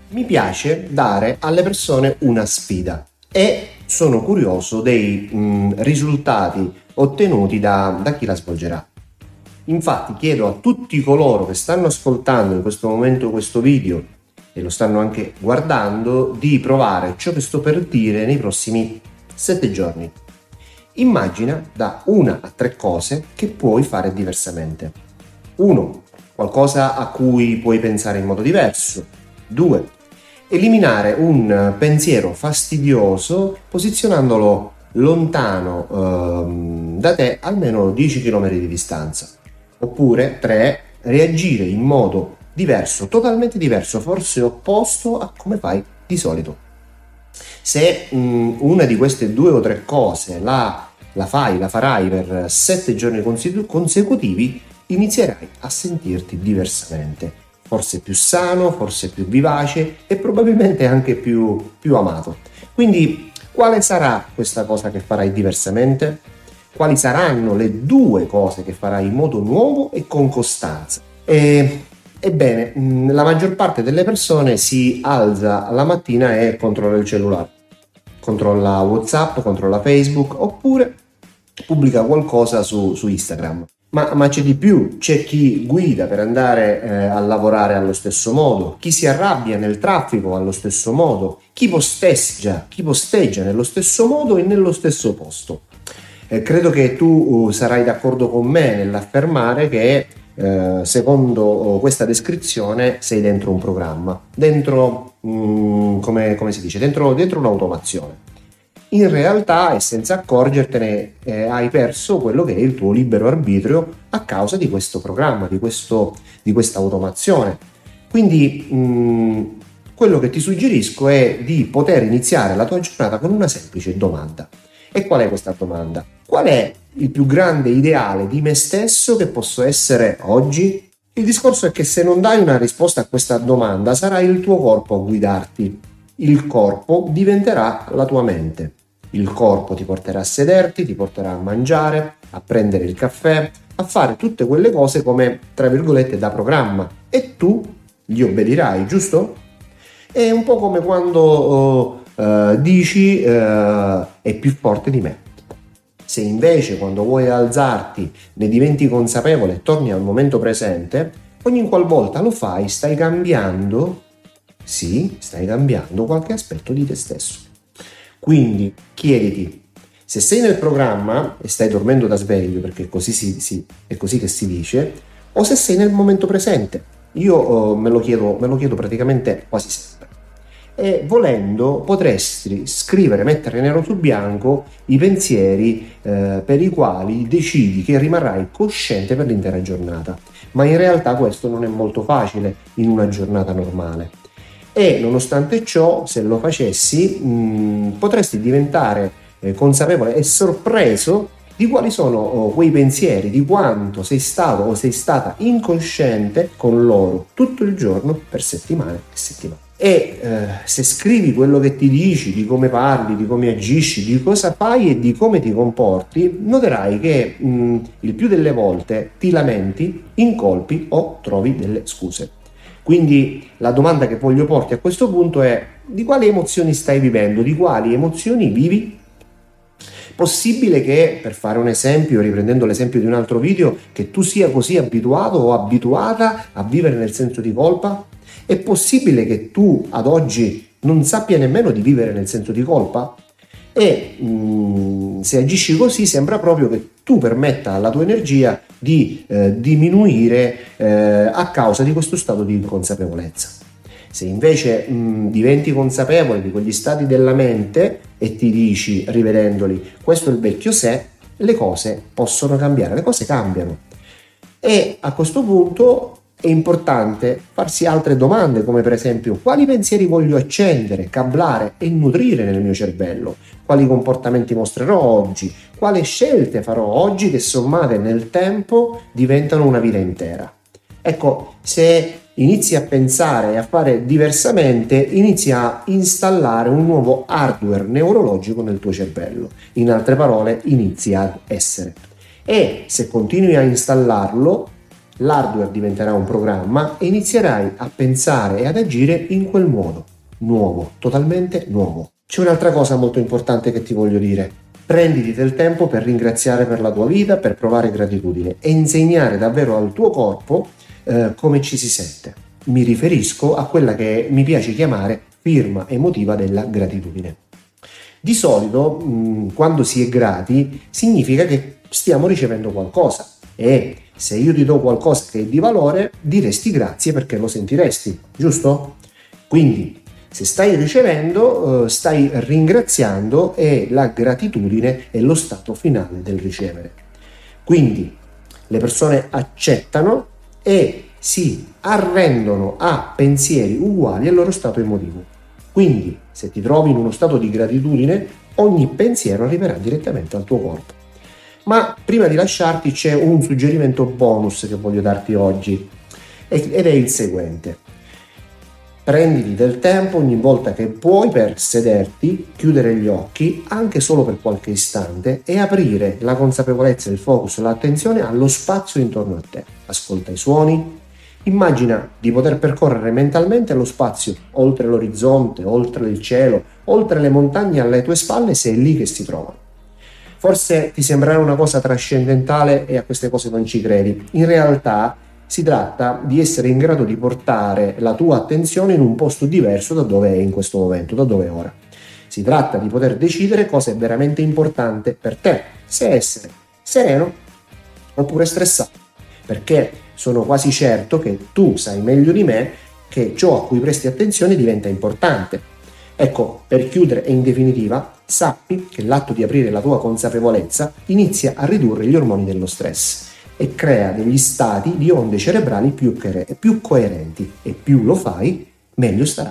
Mi piace dare alle persone una sfida e sono curioso dei risultati ottenuti da chi la svolgerà. Infatti chiedo a tutti coloro che stanno ascoltando in questo momento questo video e lo stanno anche guardando di provare ciò che sto per dire nei prossimi 7 giorni. Immagina da 1 a 3 cose che puoi fare diversamente. 1. Qualcosa a cui puoi pensare in modo diverso. 2. Eliminare un pensiero fastidioso posizionandolo lontano da te almeno 10 km di distanza. Oppure 3. Reagire in modo diverso, totalmente diverso, forse opposto a come fai di solito. Se una di queste 2 o 3 cose la farai per 7 giorni consecutivi, inizierai a sentirti diversamente. Forse più sano, forse più vivace e probabilmente anche più amato. Quindi quale sarà questa cosa che farai diversamente? Quali saranno le 2 cose che farai in modo nuovo e con costanza? Ebbene, la maggior parte delle persone si alza la mattina e controlla il cellulare, controlla WhatsApp, controlla Facebook oppure pubblica qualcosa su Instagram. Ma c'è di più, c'è chi guida per andare a lavorare allo stesso modo, chi si arrabbia nel traffico allo stesso modo, chi posteggia nello stesso modo e nello stesso posto. Credo che tu sarai d'accordo con me nell'affermare che secondo questa descrizione sei dentro un programma, dentro come si dice, dentro un'automazione. In realtà e senza accorgertene hai perso quello che è il tuo libero arbitrio a causa di questo programma, di questa automazione. Quindi quello che ti suggerisco è di poter iniziare la tua giornata con una semplice domanda. E qual è questa domanda? Qual è il più grande ideale di me stesso che posso essere oggi? Il discorso è che se non dai una risposta a questa domanda sarà il tuo corpo a guidarti. Il corpo diventerà la tua mente. Il corpo ti porterà a sederti, ti porterà a mangiare, a prendere il caffè, a fare tutte quelle cose come, tra virgolette, da programma. E tu gli obbedirai, giusto? È un po' come quando dici è più forte di me. Se invece quando vuoi alzarti ne diventi consapevole e torni al momento presente, ogni qualvolta lo fai stai cambiando qualche aspetto di te stesso. Quindi chiediti, se sei nel programma e stai dormendo da sveglio, perché è così che si dice, o se sei nel momento presente. Io me lo chiedo praticamente quasi sempre. E volendo potresti scrivere, mettere nero su bianco i pensieri per i quali decidi che rimarrai cosciente per l'intera giornata. Ma in realtà questo non è molto facile in una giornata normale. E nonostante ciò, se lo facessi, potresti diventare consapevole e sorpreso di quali sono quei pensieri, di quanto sei stato o sei stata incosciente con loro tutto il giorno per settimane e settimane. E se scrivi quello che ti dici, di come parli, di come agisci, di cosa fai e di come ti comporti, noterai che il più delle volte ti lamenti, incolpi o trovi delle scuse. Quindi la domanda che voglio porti a questo punto è: di quali emozioni stai vivendo? Di quali emozioni vivi? Possibile che, per fare un esempio, riprendendo l'esempio di un altro video, che tu sia così abituato o abituata a vivere nel senso di colpa? È possibile che tu ad oggi non sappia nemmeno di vivere nel senso di colpa? E se agisci così sembra proprio che tu permetta alla tua energia di diminuire a causa di questo stato di inconsapevolezza. Se invece diventi consapevole di quegli stati della mente e ti dici, rivedendoli, questo è il vecchio sé, le cose possono cambiare, le cose cambiano. E a questo punto è importante farsi altre domande, come per esempio: quali pensieri voglio accendere, cablare e nutrire nel mio cervello? Quali comportamenti mostrerò oggi? Quali scelte farò oggi che sommate nel tempo diventano una vita intera? Ecco, se inizi a pensare e a fare diversamente, inizi a installare un nuovo hardware neurologico nel tuo cervello. In altre parole, inizi ad essere. E se continui a installarlo, l'hardware diventerà un programma e inizierai a pensare e ad agire in quel modo, nuovo, totalmente nuovo. C'è un'altra cosa molto importante che ti voglio dire. Prenditi del tempo per ringraziare per la tua vita, per provare gratitudine e insegnare davvero al tuo corpo come ci si sente. Mi riferisco a quella che mi piace chiamare firma emotiva della gratitudine. Di solito, quando si è grati, significa che stiamo ricevendo qualcosa e se io ti do qualcosa che è di valore, diresti grazie perché lo sentiresti, giusto? Quindi, se stai ricevendo, stai ringraziando e la gratitudine è lo stato finale del ricevere. Quindi, le persone accettano e si arrendono a pensieri uguali al loro stato emotivo. Quindi, se ti trovi in uno stato di gratitudine, ogni pensiero arriverà direttamente al tuo corpo. Ma prima di lasciarti c'è un suggerimento bonus che voglio darti oggi ed è il seguente. Prenditi del tempo ogni volta che puoi per sederti, chiudere gli occhi anche solo per qualche istante e aprire la consapevolezza, il focus, l'attenzione allo spazio intorno a te. Ascolta i suoni, immagina di poter percorrere mentalmente lo spazio oltre l'orizzonte, oltre il cielo, oltre le montagne alle tue spalle se è lì che si trovano. Forse ti sembrerà una cosa trascendentale e a queste cose non ci credi. In realtà si tratta di essere in grado di portare la tua attenzione in un posto diverso da dove è in questo momento, da dove è ora. Si tratta di poter decidere cosa è veramente importante per te, se essere sereno oppure stressato, perché sono quasi certo che tu sai meglio di me che ciò a cui presti attenzione diventa importante. Ecco, per chiudere e in definitiva, sappi che l'atto di aprire la tua consapevolezza inizia a ridurre gli ormoni dello stress e crea degli stati di onde cerebrali più coerenti e più lo fai, meglio starà.